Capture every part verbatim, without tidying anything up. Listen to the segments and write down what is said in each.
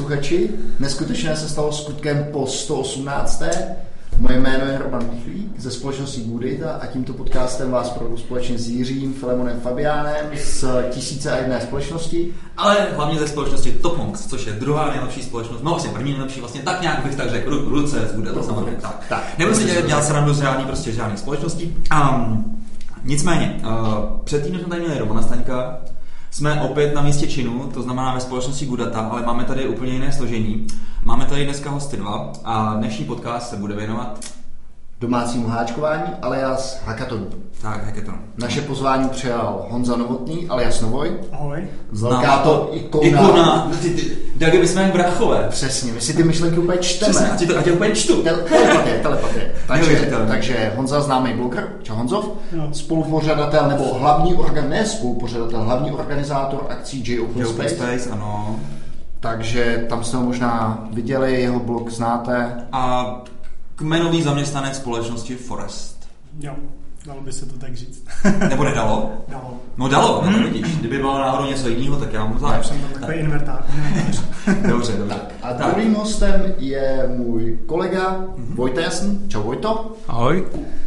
posluchači, neskutečné se stalo skutkem po sto osmnácté Moje jméno je Roman Pichlík ze společnosti Goodita a tímto podcastem vás provedu společně s Jiřím Filemonem Fabiánem z tisíce a jedné společnosti. Ale hlavně ze společnosti Topmonks, což je druhá nejlepší společnost, no vlastně první nejlepší, vlastně tak nějak bych tak řekl, ruku ruce z Goodita samozřejmě. Tak. tak. Nebudu si dělat, dělat srandu z žádný, prostě žádný společností. Um, nicméně, uh, před týdnem jsme tady měli Romana Staňka, jsme opět na místě činu, to znamená ve společnosti Goodita, ale máme tady úplně jiné složení. Máme tady dneska hosty dva a dnešní podcast se bude věnovat domácímu háčkování, alias hackathonu. Tak, hackathon. Naše pozvání přijal Honza Novotný, alias Novoj. Ahoj. Velká to ikona. Ikona. Tak bychom jen bráchové. Přesně, my si ty myšlenky úplně čteme. Přesně, a tě, to, a tě úplně čtu. Telepatie, telepatie. Takže, takže Honza známý bloger, čau Honzov, no. Spolupořadatel nebo hlavní organ, ne spolupořadatel, hlavní organizátor akcí J Open Space. Open Space, ano. Takže tam jste ho možná viděli, jeho blog znáte. A kmenový zaměstnanec společnosti Forest. Jo, dalo by se to tak říct. Nebo nedalo? Dalo. No dalo, no to vidíš. Kdyby bylo náhodou něco jiného, tak já mám zájem. Já jsem tam takový invertář. Dobře, dobře. Tak, a druhým hostem je můj kolega mm-hmm. Vojta Jasn. Čau Vojto. Ahoj.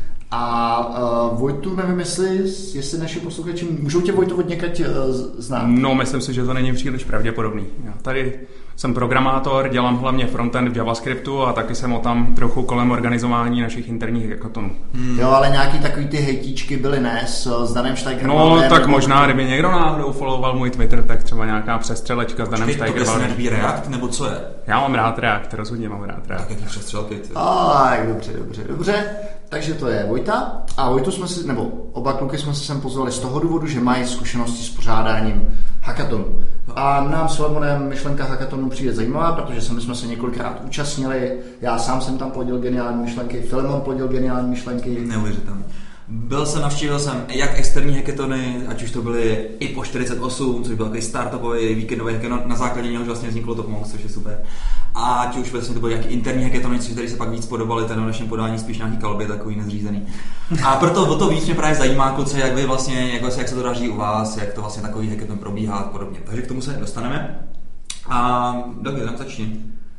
A uh, Vojtu, nevím, jestli, jestli naši posluchači můžou tě Vojto od někať uh, znát. No, myslím si, že to není příliš pravděpodobný. Já tady jsem programátor, dělám hlavně frontend v JavaScriptu a taky jsem o tam trochu kolem organizování našich interních hackathonů. Hmm. Jo, ale nějaký takový ty hejtíčky byly ne s, s Danem Steigerem. No, tak možná, kdyby někdo náhodou followoval můj Twitter, tak třeba nějaká přestřelečka s Danem Steigerem. Počkej, to nelíbí React, nebo co je? Já mám rád React, rozhodně mám rád React. Tak jaký přestřelky? Tak, dobře, dobře, dobře. Takže to je Vojta. A Vojtu jsme si, nebo oba kluky jsme se sem pozvali z toho důvodu, že mají zkušenosti s pořádáním hackathonu. A nám s Filemonem myšlenka hackathonu přijde zajímavá, protože sami jsme se několikrát účastnili. Já sám jsem tam plodil geniální myšlenky, Filemon plodil geniální myšlenky. Neuvěřitelné. Byl jsem, navštívil jsem jak externí hackathony, ať už to byly i po čtyřicet osm, což byl takový startupový víkendový hackathon, na základě něhož vlastně vzniklo Topmonks, což je super. A ať už vlastně to byly jak interní hackathony, což se pak víc podobaly, ten v našem podání spíš nějaký kalby, takový nezřízený. A proto o to víc mě právě zajímá, kluci, jak vy vlastně, jak, jak se to daří u vás, jak to vlastně takový hackathon probíhá a podobně. Takže k tomu se dostaneme. A dobře, tam začni.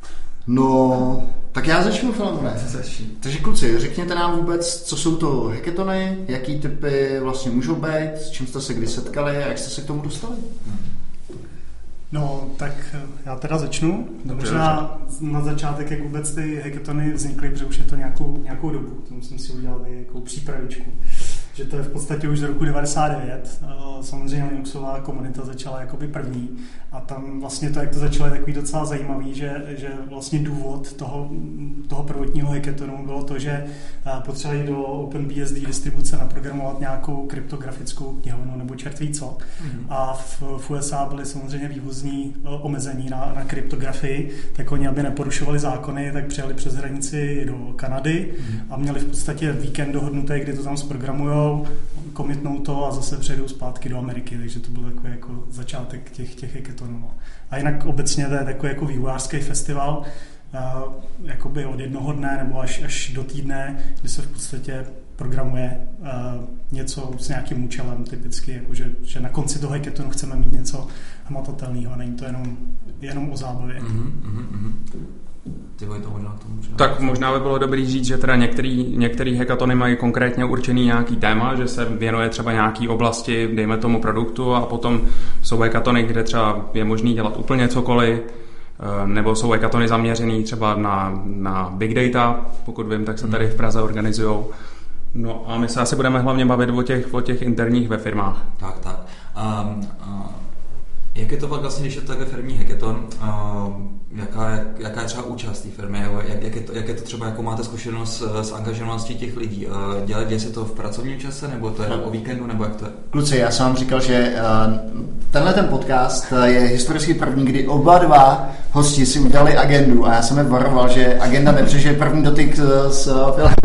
No, tak já začnu, Filemone. Takže kluci, řekněte nám vůbec, co jsou to hackathony, jaký typy vlastně můžou být, s čím jste se kdy setkali a jak jste se k tomu dostali? No, tak já teda začnu. Dobře, možná dobře. Na začátek, jak vůbec ty hackathony vznikly, protože už je to nějakou, nějakou dobu. Tomu jsem si udělal nějakou přípravičku. Že to je v podstatě už z roku devadesát devět. Samozřejmě Linuxová komunita začala jakoby první a tam vlastně to, jak to začalo, je takový docela zajímavý, že, že vlastně důvod toho, toho prvotního hackathonu bylo to, že potřebovali do OpenBSD distribuce naprogramovat nějakou kryptografickou knihovnu nebo čert ví co. Mm-hmm. A v, v U S A byly samozřejmě vývozní omezení na, na kryptografii, tak oni, aby neporušovali zákony, tak přijeli přes hranici do Kanady mm-hmm. a měli v podstatě víkend dohodnuté, kdy to tam zprogramujou, komitnou to a zase přejdou zpátky do Ameriky, takže to byl takový jako začátek těch, těch hackathonů. A jinak obecně to je takový jako vývojářský festival, uh, jakoby od jednoho dne nebo až, až do týdne, kdy se v podstatě programuje uh, něco s nějakým účelem typicky, jakože, že na konci toho hackathonu chceme mít něco hmatatelného a není to jenom, jenom o zábavě. Mm-hmm, mm-hmm. Ty to možná k tomu můžeme. Tak možná by bylo dobrý říct, že teda některý, některý hackathony mají konkrétně určený nějaký téma, že se věnuje třeba nějaký oblasti, dejme tomu produktu, a potom jsou hackathony, kde třeba je možný dělat úplně cokoliv, nebo jsou hackathony zaměřený třeba na, na big data, pokud vím, tak se tady v Praze organizujou. No a my se asi budeme hlavně bavit o těch, o těch interních ve firmách. Tak, tak. Um, uh... Jak je to pak vlastně, když je to takhle firmní hackathon, uh, jaká, je, jaká je třeba účast té firmy, jak, jak, je to, jak je to třeba, jakou máte zkušenost s, s angažovaností těch lidí? Uh, dělá, děje se to v pracovním čase, nebo to je no. o víkendu, nebo jak to je? Kluci, já jsem vám říkal, že uh, tenhle ten podcast je historicky první, kdy oba dva hosti si udělali agendu a já jsem je varoval, že agenda nepřežije první dotyk s Filemem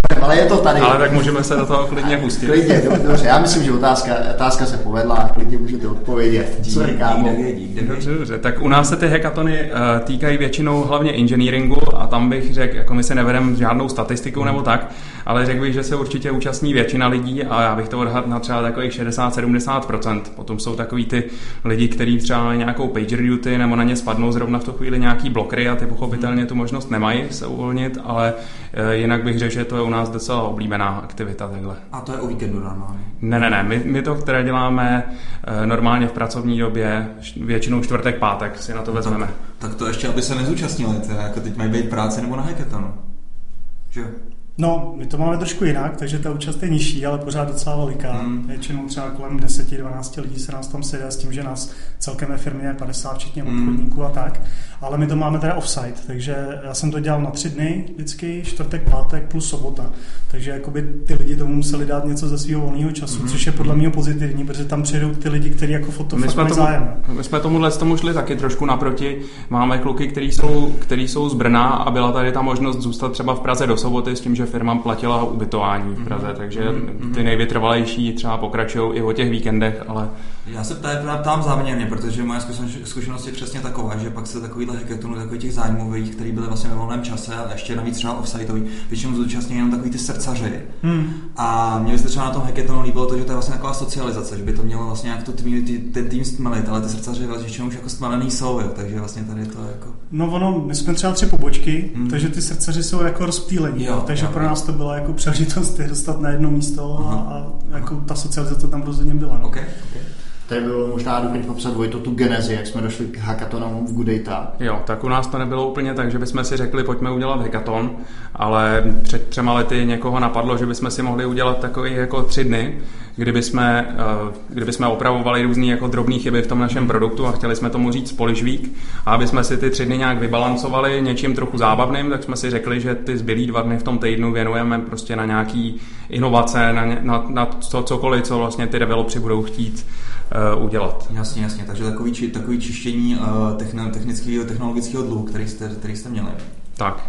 ale je to tady. Ale tak můžeme se do toho klidně pustit. Klidně, dobře, já myslím, že otázka, otázka se povedla, klidně můžete odpovědět. Co říkáme? Dobře, dobře. Tak u nás se ty hackatony uh, týkají většinou hlavně engineeringu a tam bych řekl, jako my si nevedeme žádnou statistiku nebo tak, ale řekl bych, že se určitě účastní většina lidí a já bych to odhadl na třeba takových šedesát až sedmdesát procent. Potom jsou takový ty lidi, kteří třeba mají nějakou pager duty nebo na ně spadnou zrovna v tu chvíli nějaký blokry a ty pochopitelně tu možnost nemají se uvolnit, ale uh, jinak bych řekl, že to je u nás docela oblíbená aktivita takhle. A to je o víkendu normálně? Ne, ne, ne. My, my to, které děláme uh, normálně v pracovní době, většinou čtvrtek, pátek si na to vezmeme. Tak, tak to ještě, aby se nezúčastnili, teda, jako teď mají být práce nebo na hackathonu. Že jo? No, my to máme trošku jinak, takže ta účast je nižší, ale pořád docela veliká. Hmm. Většinou třeba kolem deset až dvanáct lidí se nás tam sejde s tím, že nás celkem ve firmě je padesát, včetně obchodníků hmm. a tak. Ale my to máme teda offsite, takže já jsem to dělal na tři dny vždycky, čtvrtek, pátek plus sobota. Takže jakoby ty lidi tomu museli dát něco ze svého volného času, hmm. což je podle mě pozitivní, protože tam přijdou ty lidi, kteří jako foto fakt mají zájem. My jsme tomuhle tomu šli taky trošku naproti. Máme kluky, kteří jsou, který jsou z Brna a byla tady ta možnost zůstat třeba v Praze do soboty s tím, že firma platila ubytování v Praze, takže ty nejvytrvalejší třeba pokračují i o těch víkendech, ale... Já se ptám záměrně, protože moje zkušenost je přesně taková, že pak se takovýhle hackathonů, takových těch zájmových, který byly vlastně ve volném čase a ještě navíc třeba offsiteový, většinou zúčastní jenom takový ty srdcaři. Hmm. A mě by se třeba na tom hackathonu líbilo to, že to je vlastně taková socializace, že by to mělo vlastně nějak tu tým, ten tým stmelit, ale ty srdcaři většinou už jako stmelený jsou, jo, takže vlastně tady to jako... No ono, my jsme třeba tři pobočky, hmm. takže ty srdcaři jsou jako rozptýlení, jo, takže jo, pro nás to byla jako příležitost dostat na jedno místo a, a jako ta socializace tam rozhodně byla. No. Okay, okay. Tady bylo možná doplň popsat Vojto tu genezi, jak jsme došli k hackathonům v Good Data. Jo, tak u nás to nebylo úplně tak, že bychom si řekli, pojďme udělat hackathon, ale před třema lety někoho napadlo, že bychom si mohli udělat takový jako tři dny, kdyby jsme, kdyby jsme opravovali různý jako drobný chyby v tom našem produktu a chtěli jsme tomu říct Polish Week, a aby jsme si ty tři dny nějak vybalancovali něčím trochu zábavným, tak jsme si řekli, že ty zbylý dva dny v tom týdnu věnujeme prostě na nějaký inovace, na, na, na to, cokoliv, co vlastně ty developři budou chtít uh, udělat. Jasně, jasně, takže takový, či, takový čištění uh, technického, technologického dluhu, který jste, který jste měli. Tak.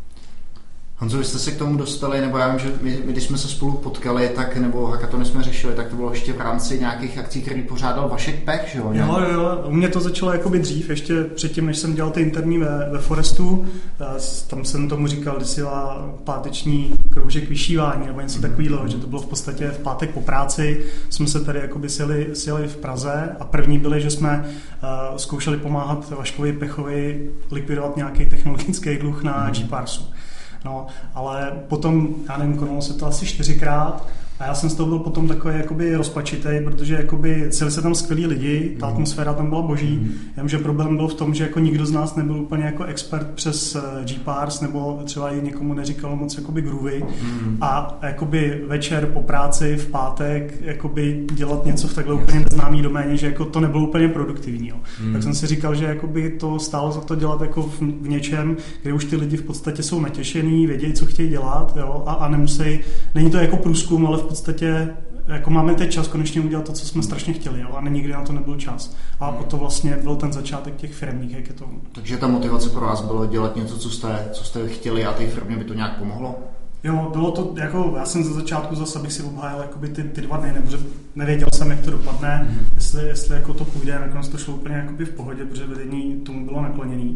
Honzo, vy jste se k tomu dostali, nebo já vím, že my, my když jsme se spolu potkali, tak nebo hackathony jsme řešili, tak to bylo ještě v rámci nějakých akcí, který pořádal Vašek Pech, že jo? Jo, jo, u mě to začalo jakoby dřív, ještě předtím, než jsem dělal ty interní ve, ve Forestu, tam jsem tomu říkal, když si páteční kroužek vyšívání nebo něco takového, že to bylo v podstatě v pátek po práci, jsme se tady jakoby sjeli, sjeli v Praze a první byli, že jsme uh, zkoušeli pomáhat Vaškovi Pechovi likvidovat nějaký technologický dluh na mm. G-Parsu. No, ale potom, já nevím, konalo se to asi čtyřikrát a já jsem z toho byl potom takový jakoby rozpačitej, protože jakoby celi se tam skvělí lidi, ta atmosféra tam byla boží, mm. jenomže problém byl v tom, že jako nikdo z nás nebyl úplně jako expert přes G-Parse nebo třeba i někomu neříkalo moc jakoby groovy mm. a jakoby večer po práci v pátek jakoby dělat něco v takhle yes. úplně neznámý doméně, že jako to nebylo úplně produktivní. Jo. Mm. Tak jsem si říkal, že jakoby to stálo za to dělat jako v, v něčem, kde už ty lidi v podstatě jsou natěšený, vědějí, co chtějí dělat, jo, a, a nemusí, není to jako průzkum, ale v podstatě jako máme teď čas konečně udělat to, co jsme strašně chtěli, jo, a nikdy na to nebyl čas. A to vlastně byl ten začátek těch firmních hackathonů. Takže ta motivace pro vás bylo dělat něco, co jste, co jste chtěli a té firmě by to nějak pomohlo? Jo, bylo to jako, já jsem ze začátku zase, abych si obhájil jakoby ty, ty dva dny, nebo nevěděl jsem, jak to dopadne, mm. jestli, jestli jako to půjde, nakonec to šlo úplně jakoby v pohodě, protože vedení tomu bylo nakloněný.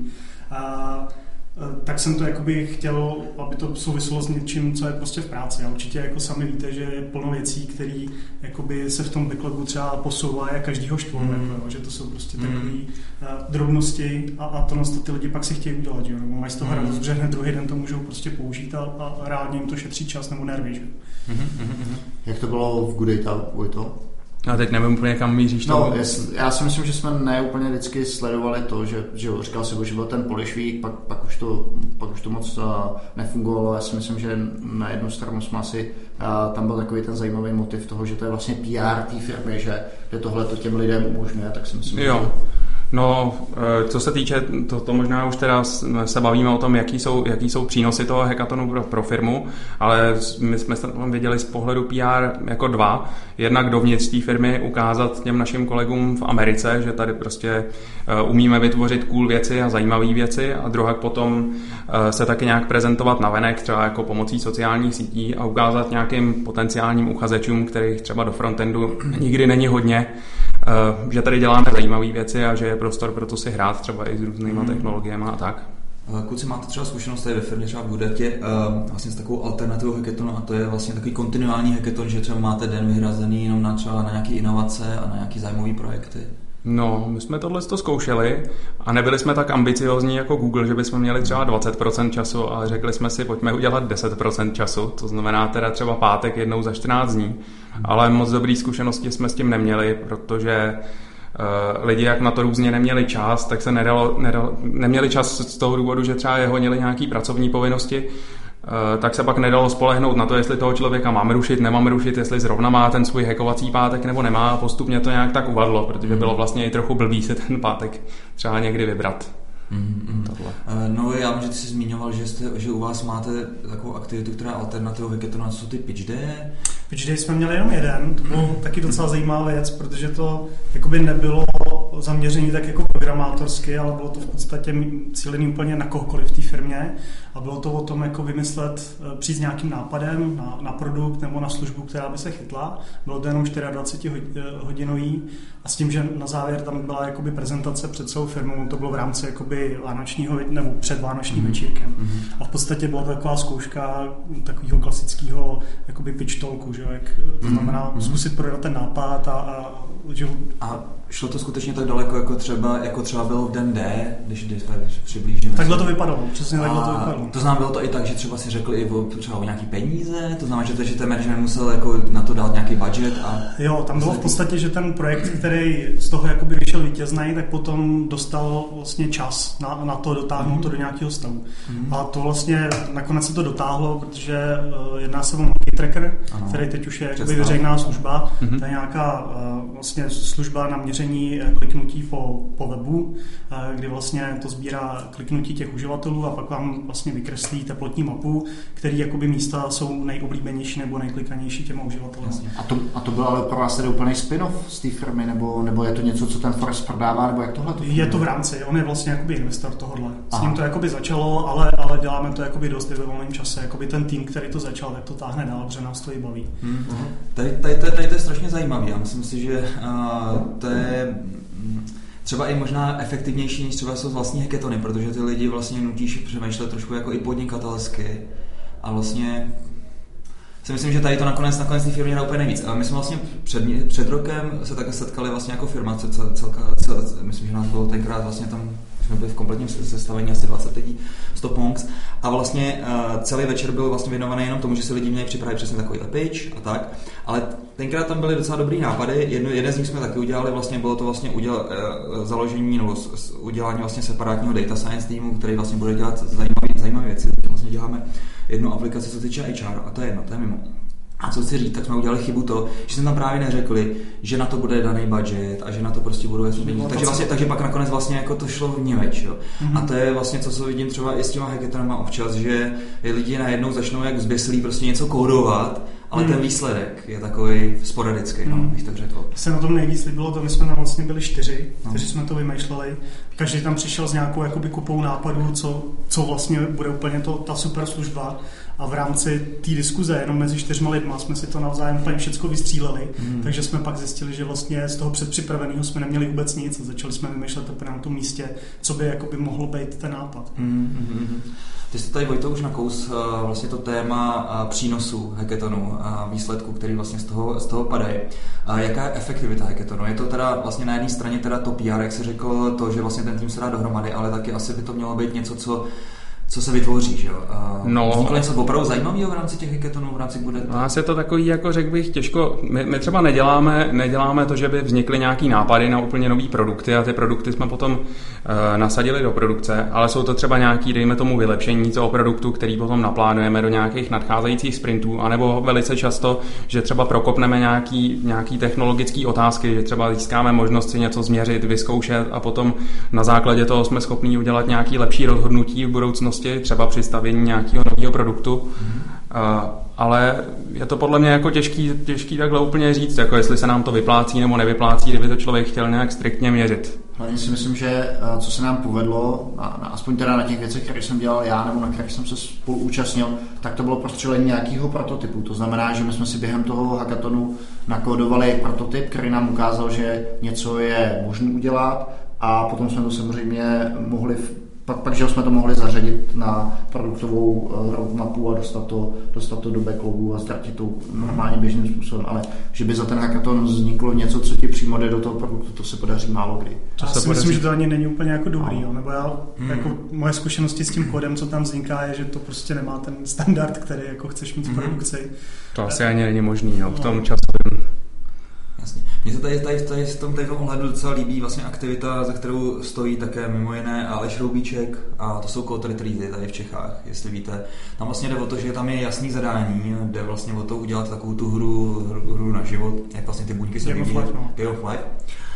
A tak jsem to jakoby chtěl, aby to souviselo s něčím, co je prostě v práci. A určitě jako sami víte, že je plno věcí, které jakoby se v tom backlogu třeba posouvají a každýho štvou, mm. jako, že to jsou prostě takové mm. drobnosti a, a to ty lidi pak si chtějí udělat, že? Nebo mají z toho radost, že hned druhý den to můžou prostě použít a, a reálně jim to šetří čas nebo nervy. Že? Mm-hmm. Jak to bylo v Good Data, Vojto? A teď nevím úplně, kam míříš. No, jestli, já si myslím, že jsme ne úplně vždycky sledovali to, že, že jo, říkal si, že byl ten Polish Week, pak, pak, už to, pak už to moc uh, nefungovalo. Já si myslím, že na jednu stranu jsme asi, uh, tam byl takový ten zajímavý motiv toho, že to je vlastně P R té firmy, že, že tohle to těm lidem umožňuje, tak si myslím, jo. že... No, co se týče, to, to možná už teda se bavíme o tom, jaký jsou, jaký jsou přínosy toho hackathonu pro, pro firmu, ale my jsme se tam viděli z pohledu P R jako dva. Jednak dovnitř té firmy ukázat těm našim kolegům v Americe, že tady prostě umíme vytvořit cool věci a zajímavé věci, a druhak potom se taky nějak prezentovat navenek, třeba jako pomocí sociálních sítí, a ukázat nějakým potenciálním uchazečům, kterých třeba do frontendu nikdy není hodně, že tady děláme zajímavé věci a že je prostor pro to si hrát třeba i s různýma mm. technologiemi a tak. Kluci, máte třeba zkušenost tady ve firmě, třeba v Udetě, vlastně s takovou alternativou hackathonu, a to je vlastně takový kontinuální hackathon, že třeba máte den vyhrazený jenom na třeba na nějaké inovace a na nějaké zajímavé projekty. No, my jsme tohle to zkoušeli a nebyli jsme tak ambiciozní jako Google, že bychom měli třeba dvacet procent času, ale řekli jsme si, pojďme udělat deset procent času, to znamená teda třeba pátek jednou za čtrnáct dní, ale moc dobrý zkušenosti jsme s tím neměli, protože uh, lidi jak na to různě neměli čas, tak se nedalo, nedalo, neměli čas z toho důvodu, že třeba je honili nějaký pracovní povinnosti, Uh, tak se pak nedalo spolehnout na to, jestli toho člověka mám rušit, nemám rušit, jestli zrovna má ten svůj hackovací pátek nebo nemá, a postupně to nějak tak uvadlo, protože bylo vlastně i trochu blbý se ten pátek třeba někdy vybrat. Mm, mm. No já vím, že ty jsi zmiňoval, že, jste, že u vás máte takovou aktivitu, která je alternativou hackathonu, co jsou ty pitch day? Pitch day jsme měli jenom jeden, to bylo taky docela zajímavá věc, protože to jakoby nebylo zaměření tak jako programátorsky, ale bylo to v podstatě cílený úplně na kohokoliv v té firmě, a bylo to o tom jako vymyslet, přijít s nějakým nápadem na, na produkt nebo na službu, která by se chytla. Bylo to jenom dvacet čtyři hodinový a s tím, že na závěr tam byla jakoby prezentace před celou firmou, to bylo v rámci jakoby vánočního nebo předvánočním mm-hmm. večírkem. Mm-hmm. A v podstatě byla to taková zkouška takového klasického jakoby pitch talku, že jak, to znamená mm-hmm. zkusit prodat ten nápad a, a, že... a šlo to skutečně tak daleko, jako třeba, jako třeba bylo v den D, když, když přiblížíme. Takhle to vypadalo, přesně takhle to vypadalo. To znamená, bylo to i tak, že třeba si řekli i o, třeba o nějaký peníze, to znamená, že, to, že ten management musel jako na to dát nějaký budget a... Jo, tam bylo v podstatě, že ten projekt, který z toho jakoby vyšel vítěznej, tak potom dostal vlastně čas na, na to dotáhnout mm-hmm. to do nějakého stavu. Mm-hmm. A to vlastně nakonec se to dotáhlo, protože uh, jedná se o Monkey Tracker, ano. který teď už je jakoby veřejná služba. Mm-hmm. To je nějaká uh, vlastně služba na měření kliknutí po, po webu, uh, kdy vlastně to sbírá kliknutí těch uživatelů a pak vám vlastně vykreslí teplotní mapu, který jakoby místa jsou nejoblíbenější nebo nejklikanější těma uživatelům. A to, a to byl ale pro vás tedy úplný spin-off z té firmy, nebo, nebo je to něco, co ten Forest prodává, nebo jak tohle to funguje? Je to v rámci, on je vlastně jakoby investor tohohle. S ním to jakoby začalo, ale, ale děláme to jakoby dost ve volném čase. Jakoby ten tým, který to začal, tak to táhne dál, protože nás to i baví. Hmm. Tady, tady, tady, tady to je strašně zajímavý. Já myslím si, že uh, to je třeba i možná efektivnější, než třeba jsou vlastní hackathony, protože ty lidi vlastně nutíš přemýšlet trošku jako i podnikatelsky a vlastně si myslím, že tady to nakonec nakonec té firmě dá úplně nejvíc. A my jsme vlastně před, před rokem se také setkali vlastně jako firma, cel, celka, cel, myslím, že nás bylo tenkrát vlastně tam, jsme byli v kompletním sestavení asi dvacet lidí, sto Ponks, a vlastně uh, celý večer byl vlastně věnovaný jenom tomu, že si lidi měli připravit přesně takový pitch a tak, ale tenkrát tam byly docela dobrý nápady, Jedno, jeden z nich jsme taky udělali, vlastně bylo to vlastně uděl, uh, založení nebo s, s, udělání vlastně separátního data science týmu, který vlastně bude dělat zajímavé, zajímavé věci. Vlastně děláme jednu aplikaci, co se týče H R, a to je jedno, to je mimo. A co chci říct, tak jsme udělali chybu to, že jsme tam právě neřekli, že na to bude daný budget a že na to prostě budou jasně peníze. Takže, vlastně, takže pak nakonec vlastně jako to šlo v němeč. Jo. Mm-hmm. A to je vlastně to, co vidím třeba i s těma hackathonama občas, že lidi najednou začnou jak zběsilí prostě něco kódovat, ale mm. ten výsledek je takový sporadický, mm. no, bych tak řekl. Se na tom nejvíc líbilo, to my jsme tam vlastně byli čtyři, no. kteří jsme to vymýšleli. Každý tam přišel s nějakou jakoby kupou nápadů, co, co vlastně bude úplně to, ta super služba. A v rámci té diskuze jenom mezi čtyřma lidma jsme si to navzájem úplně všecko vystříleli, mm. takže jsme pak zjistili, že vlastně z toho předpřipraveného jsme neměli vůbec nic a začali jsme vymýšlet úplně na tom místě, co by jakoby mohlo být ten nápad. Mm, mm, Ty jste tady, Vojto, už nakous vlastně to téma přínosu hackathonu a výsledků, který vlastně z toho, z toho padají. Jaká je efektivita hackathonu? Je to teda vlastně na jedné straně teda to P R, jak jsi řekl, to, že vlastně ten tým se dá dohromady, ale taky asi by to mělo být něco, co co se vytvoří, že jo? No, vzniklo něco opravdu zajímavého v rámci těch hackathonů, v rámci bude? U nás je to takový, jako řekl bych, těžko, my, my třeba neděláme, neděláme to, že by vznikly nějaký nápady na úplně nový produkty a ty produkty jsme potom uh, nasadili do produkce, ale jsou to třeba nějaký, dejme tomu, vylepšení toho produktu, který potom naplánujeme do nějakých nadcházejících sprintů, anebo velice často, že třeba prokopneme nějaký, nějaký technologický otázky, že třeba získáme možnost si něco změřit, vyzkoušet a potom na základě toho jsme schopni udělat nějaký lepší rozhodnutí v budoucnosti, třeba při stavění nějakého nového produktu, mm-hmm. uh, ale je to podle mě jako těžký, těžký takhle úplně říct, jako jestli se nám to vyplácí nebo nevyplácí, kdyby to člověk chtěl nějak striktně měřit. Hlavně si myslím, že co se nám povedlo, na, na, aspoň teda na těch věcech, které jsem dělal já nebo na kterých jsem se spolu účastnil, tak to bylo prostřelení nějakého prototypu. To znamená, že my jsme si během toho hackathonu nakódovali prototyp, který nám ukázal, že něco je možné udělat a potom jsme to samozřejmě mohli Pak, pak, že jsme to mohli zařadit na produktovou roadmapu a dostat to, dostat to do backlogu a ztratit to normálně běžným způsobem, ale že by za ten hackathon vzniklo něco, co ti přímo jde do toho produktu, to se podaří málo kdy. Já si myslím, že to ani není úplně jako dobrý, jo? Nebo já, hmm. jako moje zkušenosti s tím kodem, co tam vzniká, je, že to prostě nemá ten standard, který jako chceš mít v produkci. To asi ani není možný, jo, v tom časovém. Jasně. Mně se tady, tady, tady v tom, tady v tom ohledu docela líbí vlastně aktivita, za kterou stojí také mimo jiné Aleš Roubíček a to jsou Code Retreaty tady v Čechách, jestli víte. Tam vlastně jde o to, že tam je jasný zadání, jde vlastně o to udělat takovou tu hru, hru, hru na život, jak vlastně ty buňky se vyvíjí. Game of Life.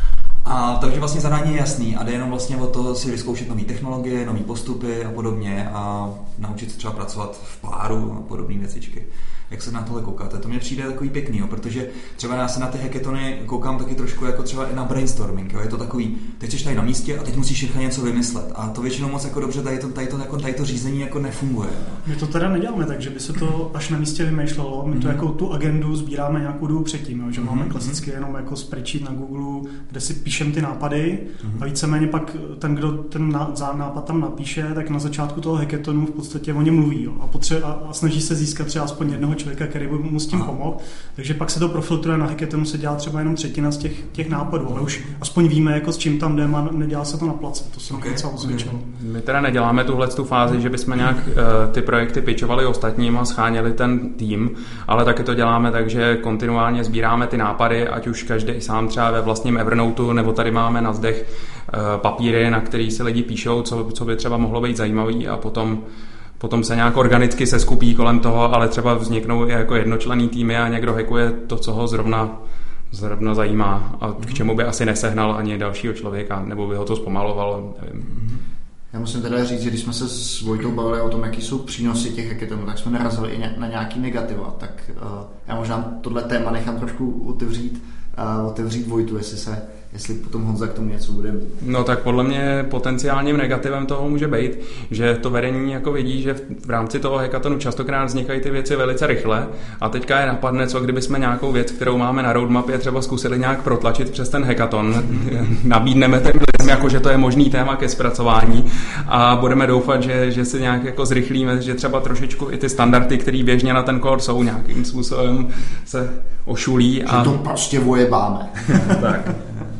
A takže vlastně zadání je jasný a jde jenom vlastně o to si vyzkoušet nové technologie, nové postupy a podobně a naučit se třeba pracovat v páru a podobné věcičky. Jak se na tohle koukáte? To mě přijde takový pěkný, jo, protože třeba já se na ty hackathony koukám taky trošku jako třeba i na brainstorming, jo, je to takový, teď jsi tady na místě a teď musíš rychle něco vymyslet a to většinou moc jako dobře tady to, tady to, jako, tady to řízení jako nefunguje. My to teda neděláme tak, že by se to až na místě vymýšlelo, my to mm-hmm. jako tu agendu sbíráme nějakou dobu předtím, jo, že mm-hmm. máme klasicky jenom jako spreadsheet na Google, kde si píšeme ty nápady mm-hmm. a víceméně pak ten, kdo ten nápad tam napíše, tak na začátku toho hackathonu v podstatě o něm mluví, jo, a, potře- a, a snaží se získat třeba aspoň jednoho člověka, který by mu s tím pomohl. Takže pak se to profiltruje, na hackathonu se dělá třeba jenom třetina z těch, těch nápadů, ale už aspoň víme, jako s čím tam jdeme a nedělá se to na place. To se okay. docela osvědčilo. My teda neděláme tuhle tu fázi, že bychom nějak uh, ty projekty pitchovali ostatním a scháněli ten tým, ale taky to děláme tak, že kontinuálně sbíráme ty nápady, ať už každý sám třeba ve vlastním Evernoteu, nebo tady máme na zdech uh, papíry, na který si lidi píšou, co, co by třeba mohlo být zajímavý a potom Potom se nějak organicky seskupí kolem toho, ale třeba vzniknou i jako jednočlenný týmy a někdo hackuje to, co ho zrovna, zrovna zajímá a k čemu by asi nesehnal ani dalšího člověka, nebo by ho to zpomaloval, nevím. Já musím teda říct, že když jsme se s Vojtou bavili o tom, jaký jsou přínosy těch hackathonů, tak jsme narazili i na nějaký negativa. Tak uh, já možná tohle téma nechám trošku otevřít, uh, otevřít Vojtu, jestli se jestli potom Honza k tomu něco bude. No tak podle mě potenciálním negativem toho může být, že to vedení jako vidí, že v rámci toho hackathonu častokrát vznikají ty věci velice rychle a teďka je napadne, co kdyby jsme nějakou věc, kterou máme na roadmapě, třeba zkusili nějak protlačit přes ten hackathon. Nabídneme ten lidem, jako že to je možný téma ke zpracování a budeme doufat, že, že si nějak jako zrychlíme, že třeba trošičku i ty standardy, které běžně na ten core jsou, nějakým způsobem se ošulí. A že to prostě vojebáme. Tak.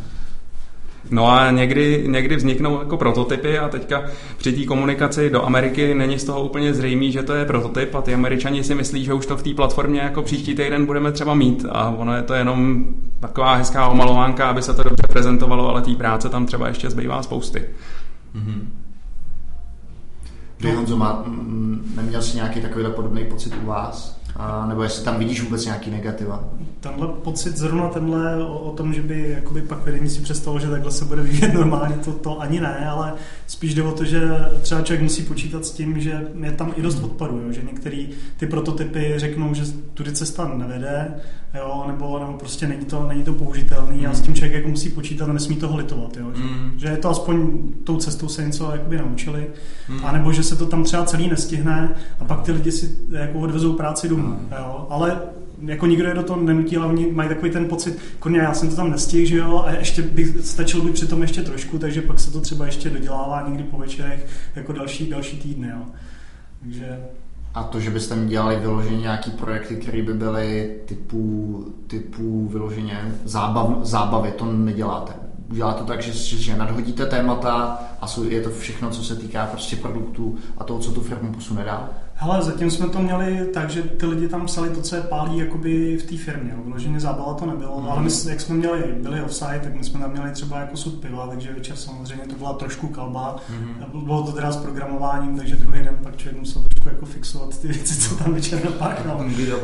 No a někdy, někdy vzniknou jako prototypy a teďka při té komunikaci do Ameriky není z toho úplně zřejmý, že to je prototyp a ty Američani si myslí, že už to v té platformě jako příští týden budeme třeba mít a ono je to jenom taková hezká omalovánka, aby se to dobře prezentovalo, ale té práce tam třeba ještě zbývá spousty. Mm-hmm. Ty, Honzo, má, neměl jsi nějaký takovýhle podobný pocit u vás? A nebo jestli tam vidíš vůbec nějaký negativa? Tenhle pocit, zrovna tenhle o, o tom, že by jakoby pak vedení si představilo, že takhle se bude vyvíjet normálně, to, to ani ne, ale spíš jde o to, že třeba člověk musí počítat s tím, že je tam i dost odpadu, jo? Že některý ty prototypy řeknou, že tudy cesta nevede, jo? Nebo, nebo prostě není to, není to použitelný a s tím člověk jako musí počítat a nesmí toho litovat, jo? Že, mm. že je to aspoň tou cestou se něco jakoby naučili, mm. anebo že se to tam třeba celý nestihne a pak ty lidi si jako odvezou práci domů. Jo, ale jako nikdo je do toho nenutí, ale oni mají takový ten pocit, koně, já jsem to tam nestihl, že jo, a ještě bych, stačilo by přitom ještě trošku, takže pak se to třeba ještě dodělává někdy po večerech, jako další, další týdny, jo. Takže... A to, že byste mi dělali vyloženě nějaký projekty, které by byly typu, typu vyloženě zábav, zábavy, to neděláte? udělá to tak, že, že nadhodíte témata a je to všechno, co se týká prostě produktů a toho, co tu firmu posune dál? Hele, zatím jsme to měli tak, že ty lidi tam psali to, co je pálí jakoby v té firmě. Vloženě zábava to nebylo, mm. ale my, jak jsme měli, byli offside, tak my jsme tam měli třeba jako sud piva, takže večer samozřejmě to byla trošku kalba. Mm. Bylo to teda s programováním, takže druhý den pak člověk musel trošku jako fixovat ty věci, co tam večer napáchnal.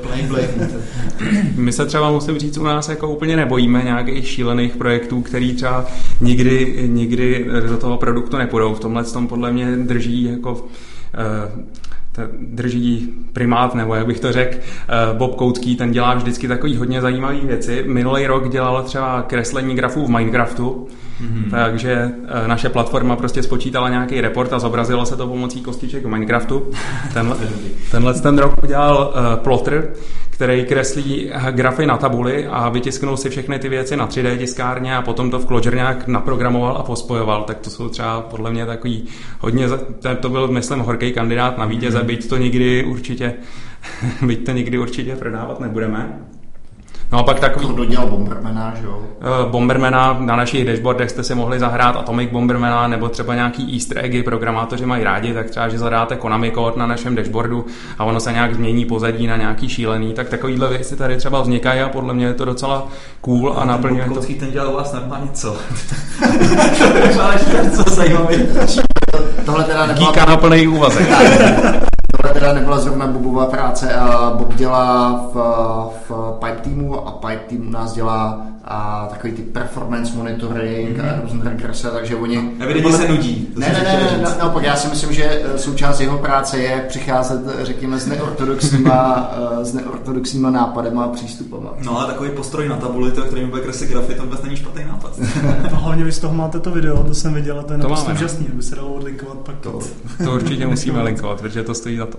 My se třeba, musím říct, u nás jako úplně nebojíme nějakých šílených projektů, který třeba nikdy, nikdy do toho produktu nepůjdou. V tomhle tom podle mě drží jako uh, drží primát, nebo jak bych to řekl, Bob Koutský, ten dělá vždycky takový hodně zajímavé věci. Minulý rok dělal třeba kreslení grafů v Minecraftu, mm-hmm. takže naše platforma prostě spočítala nějaký report a zobrazilo se to pomocí kostiček v Minecraftu. Tenhle, tenhle ten rok udělal uh, plotter, který kreslí grafy na tabuli a vytisknul si všechny ty věci na tři dé tiskárně a potom to v Clojure nějak naprogramoval a pospojoval. Tak to jsou třeba podle mě takový hodně, to byl, myslím, horký kandidát na vítěze, mm. byť to nikdy určitě, byť to nikdy určitě prodávat nebudeme. No a pak takový... To dodělal Bombermana, že jo? Bombermana, na našich dashboardech jste si mohli zahrát Atomic Bombermana, nebo třeba nějaký easter eggy, programátoři mají rádi, tak třeba, že zadáte Konami kód na našem dashboardu a ono se nějak změní pozadí na nějaký šílený, tak takovýhle věci tady třeba vznikají a podle mě je to docela cool a, a naplňuje to... ten dělal u vás normálně co? Co zajímavý. Tohle teda nebyla... Díka na plný úvazek. Tohle teda nebyla zrovna Bobova práce a Bob dělá v, v Pipe Teamu a Pipe Team u nás dělá a takový ty performance monitoring mm-hmm. a různé regrese, takže oni... Evidentně se nudí. Ne, ne, ne, ne, naopak, já si myslím, že součást jeho práce je přicházet, řekněme, s neortodoxníma, s neortodoxníma nápadema a přístupama. No a takový postroj na tabuli, to, který bude kreslit grafy, to vůbec není špatný nápad. To hlavně vy z toho máte to video, to jsem viděl, to je naprosto úžasný, kdyby se dalo odlinkovat pak to. To určitě musíme linkovat, protože to stojí za to.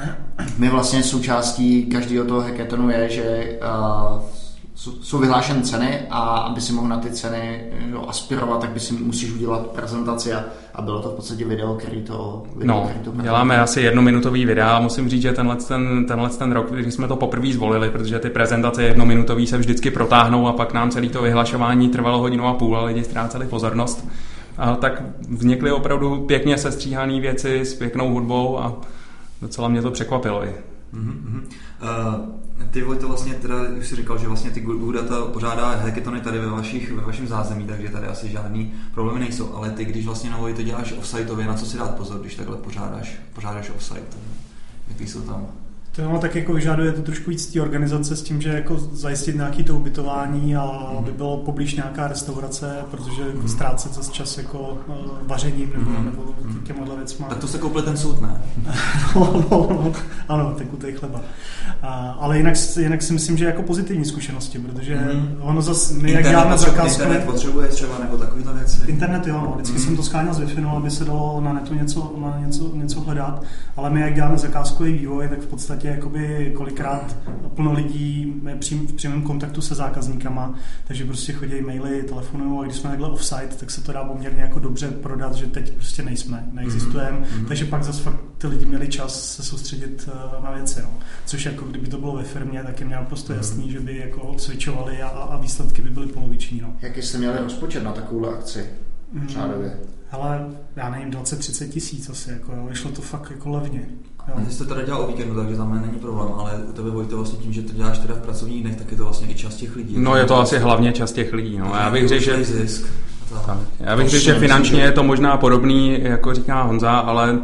My vlastně součástí každého toho hackathonu je, že uh, jsou vyhlášeny ceny a aby si mohl na ty ceny jo, aspirovat, tak by si musíš udělat prezentaci a, a bylo to v podstatě video, který to... Video, no, který to děláme asi jednominutový videa a musím říct, že tenhle ten, tenhle ten rok, když jsme to poprvé zvolili, protože ty prezentace jednominutový se vždycky protáhnou a pak nám celé to vyhlašování trvalo hodinu a půl a lidi ztráceli pozornost. A tak vznikly opravdu pěkně sestříhané věci s pěknou hudbou a docela mě to překvapilo i. Mm-hmm. Uh, ty Vojto vlastně teda, už jsi říkal, že vlastně ty Good Data pořádá hackathony tady ve, vašich, ve vašem zázemí, takže tady asi žádný problémy nejsou, ale ty, když vlastně na Vojto děláš offsiteově, na co si dát pozor, když takhle pořádáš, pořádáš offsite, jaký jsou tam? To no, tak jako vyžaduje to trošku víc té organizace s tím, že jako zajistit nějaké to ubytování a aby bylo poblíž nějaká restaurace, protože jako ztrácet zase čas jako uh, vařením nebo, mm. nebo těmahle věcma. Tak to se koupil ten soud, ne? no, no, no, ano, tekutej chleba. Uh, ale jinak, jinak si myslím, že jako pozitivní zkušenosti, protože mm. ono zase, my jak děláme zakázku... Internet potřebuje třeba nebo takovýhle věci? Internet jo, no, vždycky mm. jsem to skáněl z Wi-Fi, aby se dalo na netu něco, na něco, něco hledat, ale my jak děláme zakázkový vývoj, tak v podstatě jakoby kolikrát plno lidí v přímém kontaktu se zákazníkama, takže prostě chodí maily, telefonují a když jsme takhle offsite, tak se to dá poměrně jako dobře prodat, že teď prostě nejsme, neexistujeme, mm-hmm. takže pak zase fakt ty lidi měli čas se soustředit na věci, no. Což jako kdyby to bylo ve firmě, tak je mě naprosto jasný, že by jako switchovali a, a výsledky by byly poloviční. No. Jaký jste měli rozpočet na takovou akci? Řádově? Hele, já nevím, dvacet třicet tisíc asi, jako jo, vyšlo to fakt jako levně. Jo. Ty jsi to teda dělal o víkendu, takže za mě není problém, ale u tebe Vojto vlastně tím, že to děláš teda v pracovních dnech, tak je to vlastně i čas těch lidí. No je to asi hlavně čas těch lidí, no. Já bych řekl, že zisk. Tak. Já bych řekl, že finančně je to možná podobný, jako říká Honza, ale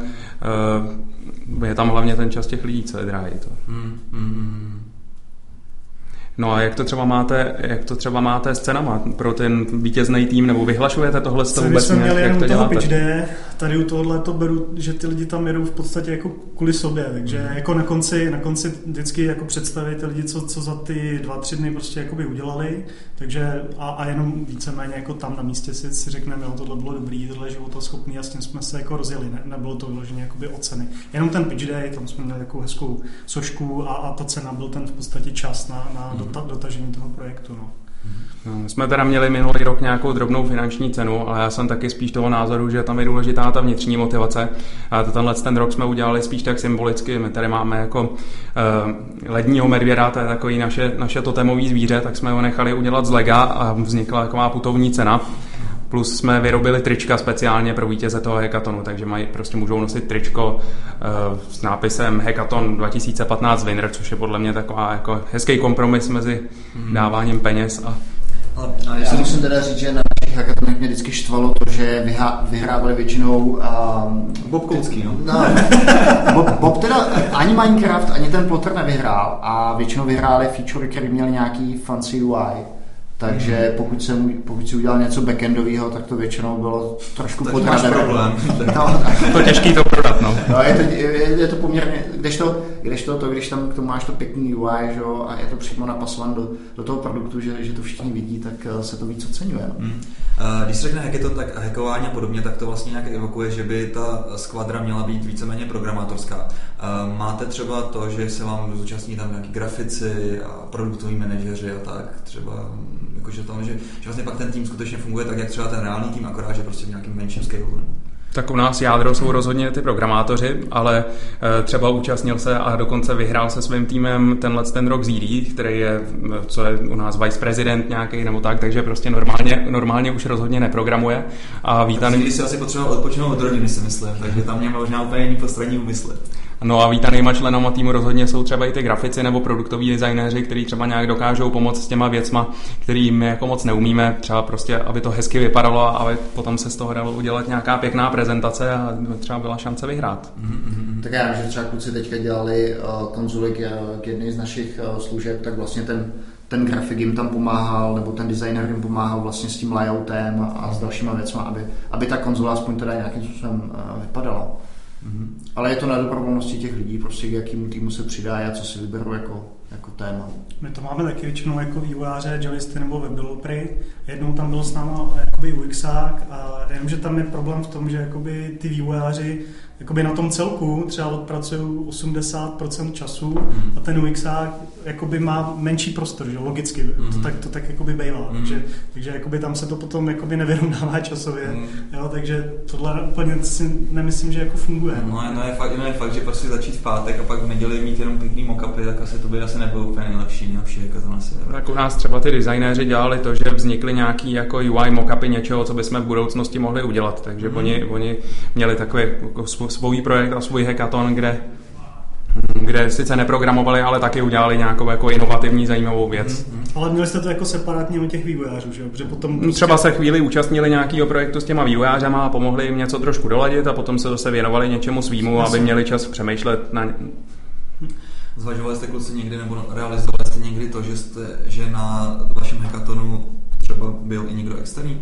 uh, je tam hlavně ten čas těch lidí, co je drahý to. Hmm, hmm. No a jak to třeba máte, jak to třeba máte s cenama pro ten vítězný tým, nebo vyhlašujete tohle z toho vůbec nějak, jak jenom to toho děláte? pitch day, tady u tohohle to beru, že ty lidi tam jedou v podstatě jako kvůli sobě, takže mm. jako na konci, na konci vždycky jako představí ty lidi, co, co za ty dva, tři dny prostě jakoby udělali, takže a, a jenom víceméně jako tam na místě si, si řekneme, jo, tohle bylo dobrý, tohle je životoschopný a s tím jsme se jako rozjeli, ne, nebylo to vyloženě jakoby o ceny. Jenom ten pitch day, tam jsme měli takovou hezkou sošku a, a ta cena byl ten v podstatě čas na, na mm. dota, dotažení toho projektu, no. No, my jsme teda měli minulý rok nějakou drobnou finanční cenu, ale já jsem taky spíš toho názoru, že tam je důležitá ta vnitřní motivace. A tenhle ten rok jsme udělali spíš tak symbolicky. My tady máme jako uh, ledního medvěda, to je takový naše, naše totémový zvíře, tak jsme ho nechali udělat z lega a vznikla taková putovní cena. Plus jsme vyrobili trička speciálně pro vítěze toho hackathonu, takže mají, prostě můžou nosit tričko uh, s nápisem Hackathon dva tisíce patnáct Winner, což je podle mě taková jako hezký kompromis mezi hmm. dáváním peněz a... Ale, ale já musím teda říct, že na našich hackathonech mě vždycky štvalo to, že vyhá, vyhrávali většinou... Um, Bob Koucký, no. no Bob, Bob teda ani Minecraft, ani ten plotter nevyhrál a většinou vyhráli feature, který měli nějaký fancy U I. Takže pokud se pokud si udělal něco backendového, tak to většinou bylo trošku podradné. problém. No, to těžký to prodat, no. no je, to, je, je to poměrně, když to, když to, to, když tam k tomu máš to pěkný U I, že, a je to přímo napasované do, do toho produktu, že, že to všichni vidí, tak se to víc oceňuje. No. Hmm. Když se řekne hackathon, tak hackování a podobně, tak to vlastně nějak evokuje, že by ta skvadra měla být víceméně programátorská. Máte třeba to, že se vám zúčastní tam nějaký grafici a produktoví manažeři a tak, třeba jakože to, že, že vlastně pak ten tým skutečně funguje tak, jak třeba ten reálný tým, akorát, že prostě v nějakým menším scale. Tak u nás jádro jsou rozhodně ty programátoři, ale třeba účastnil se a dokonce vyhrál se svým týmem tenhle ten rok Zídí, který je, co je u nás vice prezident nějaký nebo tak, takže prostě normálně, normálně už rozhodně neprogramuje. A vítaný... Zídí si asi potřeboval odpočinout od rodiny, si myslím, takže tam mě možná úplně jiný postranní úmysly. No a vítanýma členama týmu rozhodně jsou třeba i ty grafici nebo produktoví designéři, kteří třeba nějak dokážou pomoct s těma věcma, který my jako moc neumíme, třeba prostě, aby to hezky vypadalo a aby potom se z toho dalo udělat nějaká pěkná prezentace a třeba byla šance vyhrát. Mm-hmm. Tak já vím, že třeba kluci teďka dělali uh, konzuly k, k jedné z našich uh, služeb, tak vlastně ten ten grafik jim tam pomáhal, nebo ten designer jim pomáhal vlastně s tím layoutem a, a s dalšíma věcma, aby, aby ta konzola aspoň teda nějakým způsobem uh, vypadala. Mm-hmm. Ale je to na dobrovolnosti těch lidí, prostě k jakému týmu se přidá a co si vyberu jako, jako téma. My to máme taky většinou jako vývojáře, javisty nebo web developery. Jednou tam byl s náma jakoby UXák a jenomže tam je problém v tom, že jakoby ty vývojáři jakoby na tom celku třeba odpracují osmdesát procent času mm. a ten UXák jakoby má menší prostor, že logicky, mm. to tak, to tak jakoby bývá, mm. takže, takže jakoby tam se to potom jakoby nevyrovnává časově, mm. jo, takže tohle úplně si nemyslím, že jako funguje. No, no je fakt, no je fakt, že prostě začít v pátek a pak v neděli mít jenom pěkný mock-upy, tak asi to by asi nebylo úplně nejlepší, nejlepší jako to asi. Tak u nás třeba ty designéři dělali to, že vznikly nějaký jako U I mock-upy něčeho, co bychom v budoucnosti mohli udělat, takže mm. oni, oni měli takový jako svůj projekt a svůj hackathon, kde, kde sice neprogramovali, ale taky udělali nějakou jako inovativní, zajímavou věc. Mm-hmm. Ale měli jste to jako separátně u těch vývojářů, že jo? Protože potom prostě... Třeba se chvíli účastnili nějakého projektu s těma vývojářama a pomohli jim něco trošku doladit a potom se zase věnovali něčemu svýmu, aby měli čas přemýšlet na... Zvažovali jste kluci někdy nebo realizovali jste někdy to, že, jste, že na vašem hackathonu třeba byl i někdo externí?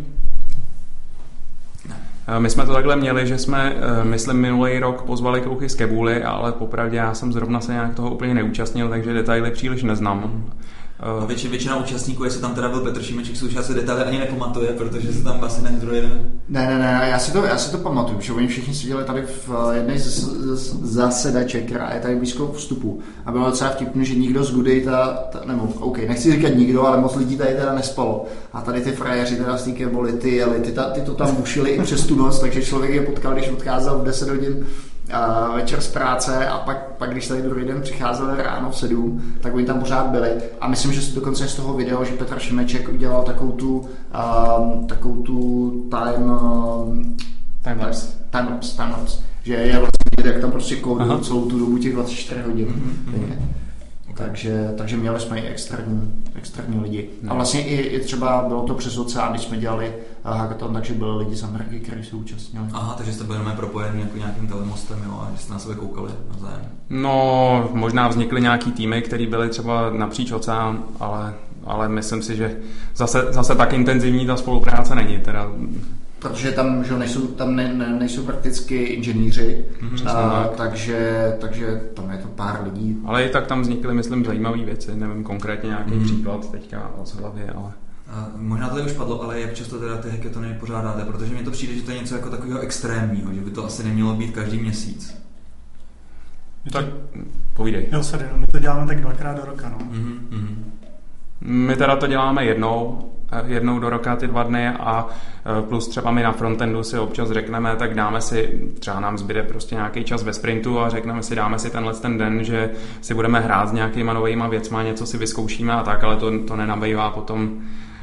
My jsme to takhle měli, že jsme, myslím, minulý rok pozvali kluky z Kebuly, ale popravdě já jsem zrovna se nějak toho úplně neúčastnil, takže detaily příliš neznám. A větši, většina účastníků, jestli tam teda byl Petr Šimeček, si už asi detaily ani nepamatuje, protože se tam asi nedruje. Ne, ne, ne, já si to, já si to pamatuju, že oni všichni seděli tady v jedné z, z zasedaček, která je tady blízko vstupu. A bylo docela vtipný, že nikdo z Goodata, ta, nebo OK, nechci říkat nikdo, ale moc lidí tady teda nespalo. A tady ty frajeři teda z té Kebuly, ty jeli, ty, ty to tam bušili i přes tu noc, takže člověk je potkal, když odcházel v deset hodin a večer z práce a pak, pak když tady druhý den přicházel ráno v sedm, tak oni tam pořád byli. A myslím, že dokonce z toho videa, že Petr Šimeček udělal takovou tu, um, takovou tu time, um, timelapse. Timelapse, timelapse. Že je vlastně vidět, jak tam prostě kódují celou tu dobu těch dvacet čtyři hodin. Mm-hmm. Okay. Takže, takže měli jsme i externí, externí lidi. No. A vlastně i, i třeba bylo to přes oceán, když jsme dělali hackathon, takže byli lidi z Ameriky, kteří se účastnili. Aha, takže jste byli propojení jako nějakým telemostem, jo, a že jste na sebe koukali navzájem. No, možná vznikly nějaký týmy, které byly třeba napříč oceán, ale, ale myslím si, že zase, zase tak intenzivní ta spolupráce není. Teda... Protože tam, že nejsou, tam ne, ne, nejsou prakticky inženýři, mm-hmm. a, takže, takže tam je to pár lidí. Ale i tak tam vznikly, myslím, zajímavé věci, nevím konkrétně nějaký mm. příklad teďka z hlavy, ale... A možná to tady už padlo, ale jak často teda ty hackathony pořádáte, protože mně to přijde, že to je něco jako takového extrémního, že by to asi nemělo být každý měsíc. Tak povídej. Jo, sorry, no, my to děláme tak dvakrát do roka, no. Mm-hmm. My teda to děláme jednou, jednou do roka ty dva dny a plus třeba my na frontendu si občas řekneme, tak dáme si, třeba nám zbyde prostě nějaký čas ve sprintu a řekneme si, dáme si tenhle ten den, že si budeme hrát s nějakýma novejma věcma, něco si vyzkoušíme a tak, ale to, to nenabývá potom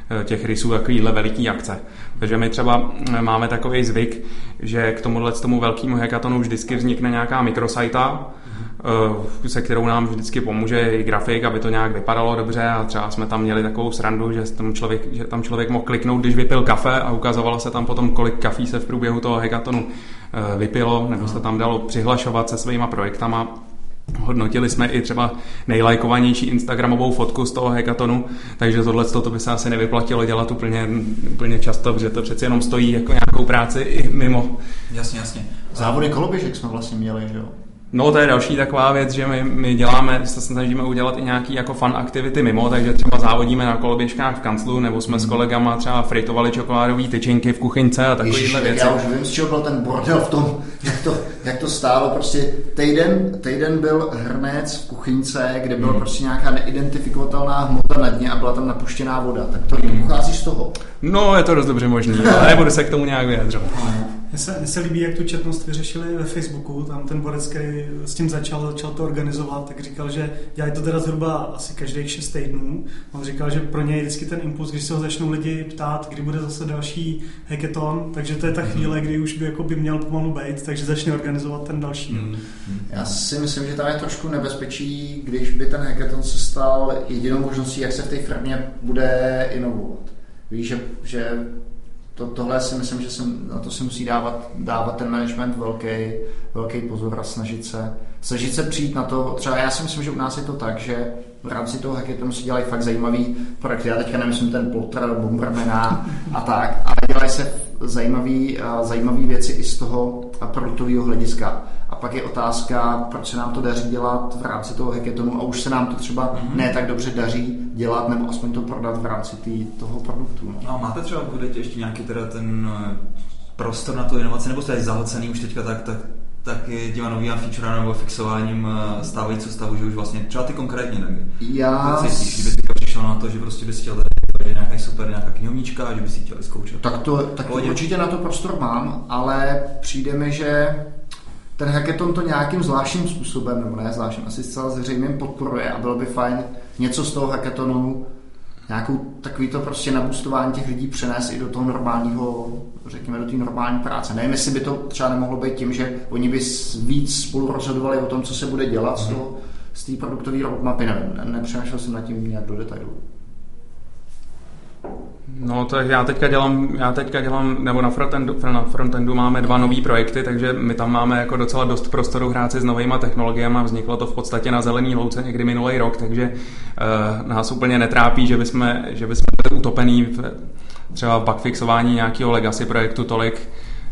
těch rysů takovýhle veliký akce. Takže my třeba máme takový zvyk, že k tomuhle k tomu velkému hackatonu vždycky vznikne nějaká mikrosajta, se kterou nám vždycky pomůže i grafik, aby to nějak vypadalo dobře a třeba jsme tam měli takovou srandu, že tam člověk, že tam člověk mohl kliknout, když vypil kafe a ukazovalo se tam potom, kolik kafí se v průběhu toho hackatonu vypilo, nebo se tam dalo přihlašovat se svýma projektama. Hodnotili jsme i třeba nejlajkovanější instagramovou fotku z toho hackatonu, takže tohle to by se asi nevyplatilo dělat úplně, úplně často, protože to přeci jenom stojí jako nějakou práci i mimo. Jasně, jasně. Závody koloběžek jsme vlastně měli, že jo? No to je další taková věc, že my, my děláme, se snažíme udělat i nějaký jako fun activity mimo, takže třeba závodíme na koloběžkách v kanclu, nebo jsme s kolegama třeba fritovali čokoládové tyčinky v kuchyňce a takovýhle věci. Já už vím, z čeho byl ten bordel v tom, jak to, jak to stálo. Prostě týden, týden byl hrnec v kuchyňce, kde byla hmm. prostě nějaká neidentifikovatelná hmota na dně a byla tam napuštěná voda. Tak to pochází z toho. No, je to dost dobře možný, ale nebudu se k tomu nějak vyjadřovat. Mně se, mně se líbí, jak tu četnost vyřešili ve Facebooku. Tam ten borec, který s tím začal, začal to organizovat, tak říkal, že dělají to teda zhruba asi každých šest týdnů. On říkal, že pro něj je vždycky ten impuls, když se ho začnou lidi ptát, kdy bude zase další hackathon, takže to je ta chvíle, kdy už by, jako by měl pomalu být, takže začne organizovat ten další. Mm. Já si myslím, že tam je trošku nebezpečí, když by ten hackathon se stal jedinou možností, jak se v té firmě bude inovovat. Víš, že, že to, tohle si myslím, že jsem, na to si musí dávat, dávat ten management velký, velký pozor a snažit se, snažit se přijít na to. Třeba já si myslím, že u nás je to tak, že v rámci toho hackathonu si dělají fakt zajímavý projekty. Já teďka nemyslím ten Plotter, Bombermana a tak, ale dělají se zajímavý, zajímavý věci i z toho produktového hlediska. A pak je otázka, proč se nám to daří dělat v rámci toho hackathonu a už se nám to třeba mm-hmm. ne tak dobře daří dělat, nebo aspoň to prodat v rámci tý, toho produktu. No. No, máte třeba budete ještě nějaký teda ten prostor na tu inovaci, nebo jste zahlcený už teďka tak, tak, tak těma novýma feature nebo fixováním stávajícího stavu, že už vlastně třeba ty konkrétně nevím. Já... Cítíš, kdyby teďka přišel na to, že prostě bys chtěl tady nějaká super nějaká knihovnička, že bys si chtěl zkoušet. Tak to, tak to určitě na to prostor mám, ale přijde mi, že ten hackathon to nějakým zvláštním způsobem, nebo ne zvláštním, asi zcela zřejmým podporuje a bylo by fajn něco z toho hackathonu, nějakou takový to prostě nabustování těch lidí přenést i do toho normálního, řekněme, do té normální práce. Nevím, jestli by to třeba nemohlo být tím, že oni by víc spolu rozhodovali o tom, co se bude dělat z, toho, z té produktové roadmapy, nevím, nepřemýšlel jsem nad tím nějak do detailu. No, tak já teďka dělám, já teďka dělám, nebo na frontendu, na frontendu máme dva nový projekty, takže my tam máme jako docela dost prostoru hrát si s novýma technologiemi. Vzniklo to v podstatě na zelený louce někdy minulý rok, takže uh, nás úplně netrápí, že bychom, že bychom byli utopený v, třeba v bugfixování nějakého legacy projektu tolik.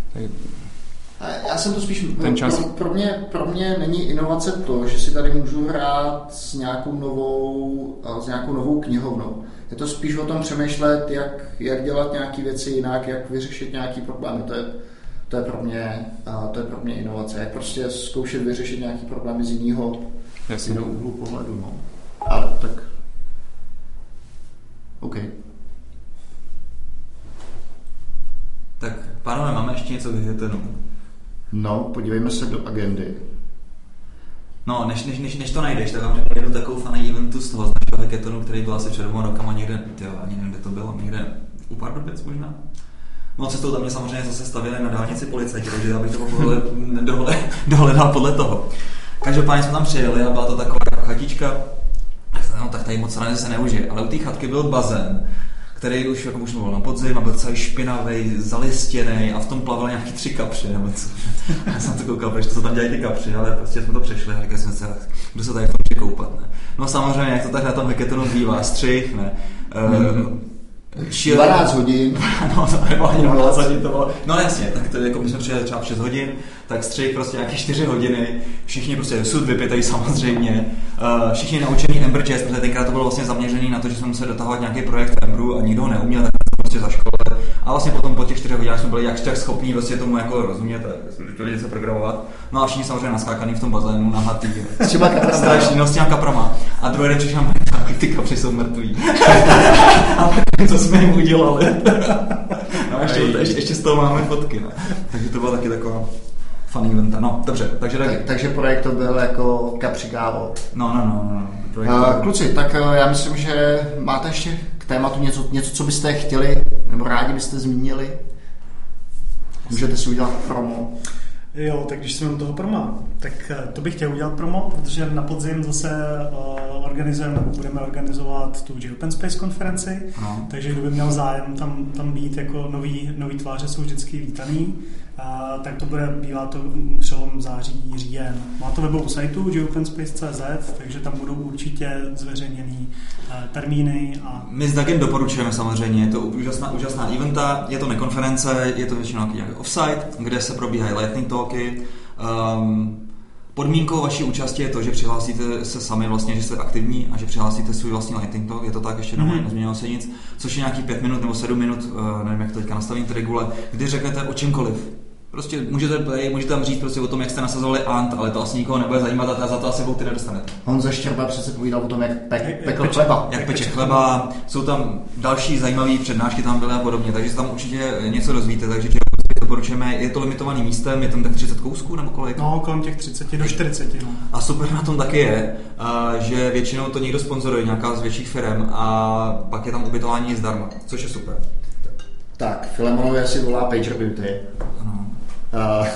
Já jsem to spíš, ten čas. Pro, pro, mě, pro mě není inovace to, že si tady můžu hrát s nějakou novou, s nějakou novou knihovnou. Je to spíš o tom přemýšlet, jak, jak dělat nějaké věci jinak, jak vyřešit nějaké problémy. To je, to je, pro mě, to je pro mě inovace. Jak prostě zkoušet vyřešit nějaké problémy z jiného, z jiného úhlu pohledu. No. Ale tak... OK. Tak, pánové, máme ještě něco k hackathonu? No, podívejme se do agendy. No, než, než, než, než to najdeš, tak vám řeknu jednu takovou funny eventu z toho, z našeho hackathonu, který byl asi před dvěma rokama někde, tyjo, ani nevím, kde to bylo, někde u Pardubic možná. No, cestou tam mě samozřejmě zase stavěli na dálnici policajti, takže já bych to podle, dohle, dohledal podle toho. Každopádně jsme tam přijeli a byla to taková jako chatička, no, tak tady moc se neužije, ale u té chatky byl bazén, který už jako už byl na podzim a byl celý špinavý, zalistěný a v tom plavil nějaký tři kapři, nebo co. Já jsem to koukal, protože to tam dělají ty kapři, ale prostě jsme to přešli a říkali jsme se, kdo se tady v tom překoupat, ne. No samozřejmě, jak to tak na tom hackathonu bývá, střih, ne. Mm-hmm. Šíle... dvanáct hodin. No, to nebo ani dvanáct hodin to bylo. No jasně, tak to jako my jsme přijeli třeba v šest hodin, tak střih prostě nějaké čtyři hodiny, všichni prostě sud vypětají samozřejmě, uh, všichni naučený Ember.js, protože tenkrát to bylo vlastně zaměřený na to, že jsme museli dotahovat nějaký projekt v Emberu a nikdo ho neuměl, tak prostě za škole. A vlastně potom po těch čtyřech hodinách jsme byli jakž tak schopní vlastně tomu jako rozumět a něco programovat. No a všichni samozřejmě naskákaný v tom bazénu, nahatý. S těma kaprama. Strašný, no s těma kaprama. A druhý den přišel tak ty kapři jsou mrtví. A co jsme jim udělali. No ještě, ještě, ještě z toho máme fotky. No. Takže to byla taky taková funny eventa. No, dobře, takže tak. Takže projekt to byl jako kapři kávo. No, no, no. no. Uh, kluci, tak uh, já myslím, že máte ještě k k tématu něco, něco, co byste chtěli nebo rádi byste zmínili? Můžete si udělat promo. Jo, tak když jsme u toho proma, tak to bych chtěl udělat promo, protože na podzim zase uh, organizujeme, budeme organizovat tu Open Space konferenci, no. Takže kdo by měl zájem tam, tam být, jako nový, nový tváře jsou vždycky vítaný, uh, tak to bude, bývá to přelom září, říjen. Má to webovou sajtu geopenspace tečka cé zet, takže tam budou určitě zveřejněný uh, termíny. A... My s Dagem doporučujeme samozřejmě, je to úžasná, úžasná eventa, je to nekonference, je to většinou nějaký offsite, kde se probíhají lightning talky. Um, podmínkou vaší účasti je to, že přihlásíte se sami vlastně, že jste aktivní a že přihlásíte svůj vlastní lightning talk, je to tak, ještě mm-hmm. nezměnilo se nic, což je nějaký pět minut nebo sedm minut, uh, nevím jak to teďka nastavím ty regule, kdy řeknete o čemkoliv. Prostě můžete, můžete tam říct prostě o tom, jak jste nasazovali Ant, ale to asi nikoho nebude zajímat a za to asi bouty nedostanete. Honza Štěrba přece povídal o tom, jak pe- pekl chleba. Jak peče chleba, jsou tam další zajímavé přednášky tam byly a podobně, takže se tam určitě něco dozvíte, takže doporučujeme, je to limitovaný místem, je tam tak třicet kousků nebo kolik? No, kolem těch třicet do čtyřicet. No. A super na tom taky je, že většinou to někdo sponzoruje, nějaká z větších firm a pak je tam ubytování zdarma, což je super. Tak, Filemonovi asi volá Pager Beauty. Ano. Uh,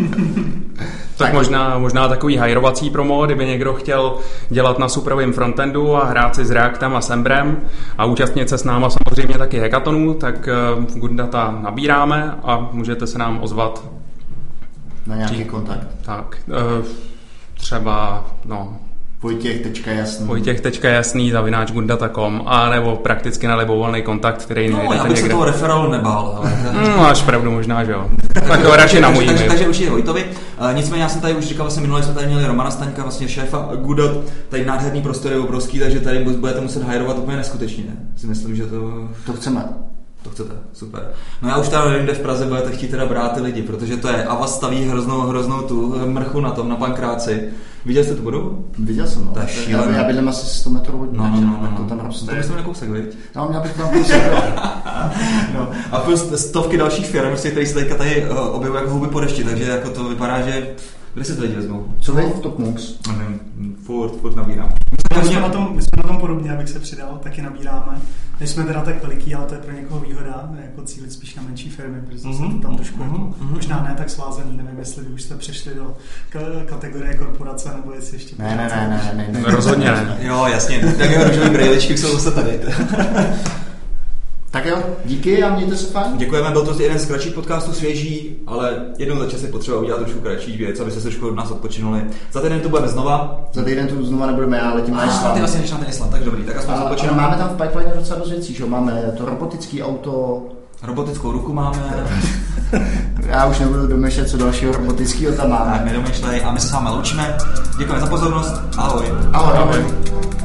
tak možná, možná takový hajrovací promo, kdyby někdo chtěl dělat na superovém frontendu a hrát si s Reactem a Sembrem a účastnit se s náma samozřejmě taky hackathonu, tak v Good Data nabíráme a můžete se nám ozvat. Na nějaký kontakt. Tak, třeba, no... Vojtěch tečka jasný. Vojtěch tečka jasný zavináč goodata tečka com a nebo prakticky na libovolný kontakt, který no, najdete já bych někde. se toho referálu nebál. Ale... no, máš pravdu, možná, že jo. Tak jo, radši na můj takže, takže určitě Vojtovi. Uh, nicméně já jsem tady už říkal, vlastně minule jsme tady měli Romana Staňka, vlastně šéfa Goodat, tady nádherný prostory obrovský, takže tady budete muset hajrovat úplně neskutečně. Si myslím, že to... To chceme. To chcete, super. No já už tady nevím, kde v Praze budete chtít teda brát ty lidi, protože to je Avas staví hroznou, hroznou tu mrchu na tom, na Pankráci. Viděl jste tu budovu? Viděl jsem, no. To je šílené. Já bydlím asi sto metrů od ní, no, no, no, tak no, to tam no, prostě... To byste měl kousek, viď? No, měl bych tam kousek, no. A plus stovky dalších firm, které se teďka tady objevují jako houby po dešti, takže jako to vypadá, že... Kde se to lidi vezmou? Co vy v Top Moocs? Nevím, furt, furt nabírám. My jsme, na tom, my jsme na tom podobně, abych se přidal, taky nabíráme. Nejsme teda tak veliký, ale to je pro někoho výhoda, jako cílit spíš na menší firmy, protože mm-hmm. se to tam trošku mm-hmm. možná ne tak svázaný, nevím, jestli vy už jste přešli do k- kategorie korporace, nebo jestli ještě... Ne, ne, ne, ne, ne, ne, ne. Rozhodně ne. Jo, jasně, tak jo, růžový brejličky jsou zase tady. Tak jo, díky a mějte se fajn. Děkujeme, byl to jeden z kratších podcastů, svěží, ale jednou za čas je potřeba udělat trošku kratší věc, aby se trošku od nás odpočinuli. Za týden tu budeme znova. Za týden tu znova nebudeme, ale letím na Island. Ty vlastně jdeš na ten Island, tak dobrý, tak aspoň a, odpočineme. Máme tam v pipeline docela dost věcí, že? Máme to robotický auto. Robotickou ruku máme. Já už nebudu domýšlet, co dalšího robotického tam máme. Tak nedomýšlej a my se s vámi loučíme. Děkujeme za pozornost. Ahoj. Ahoj. Ahoj.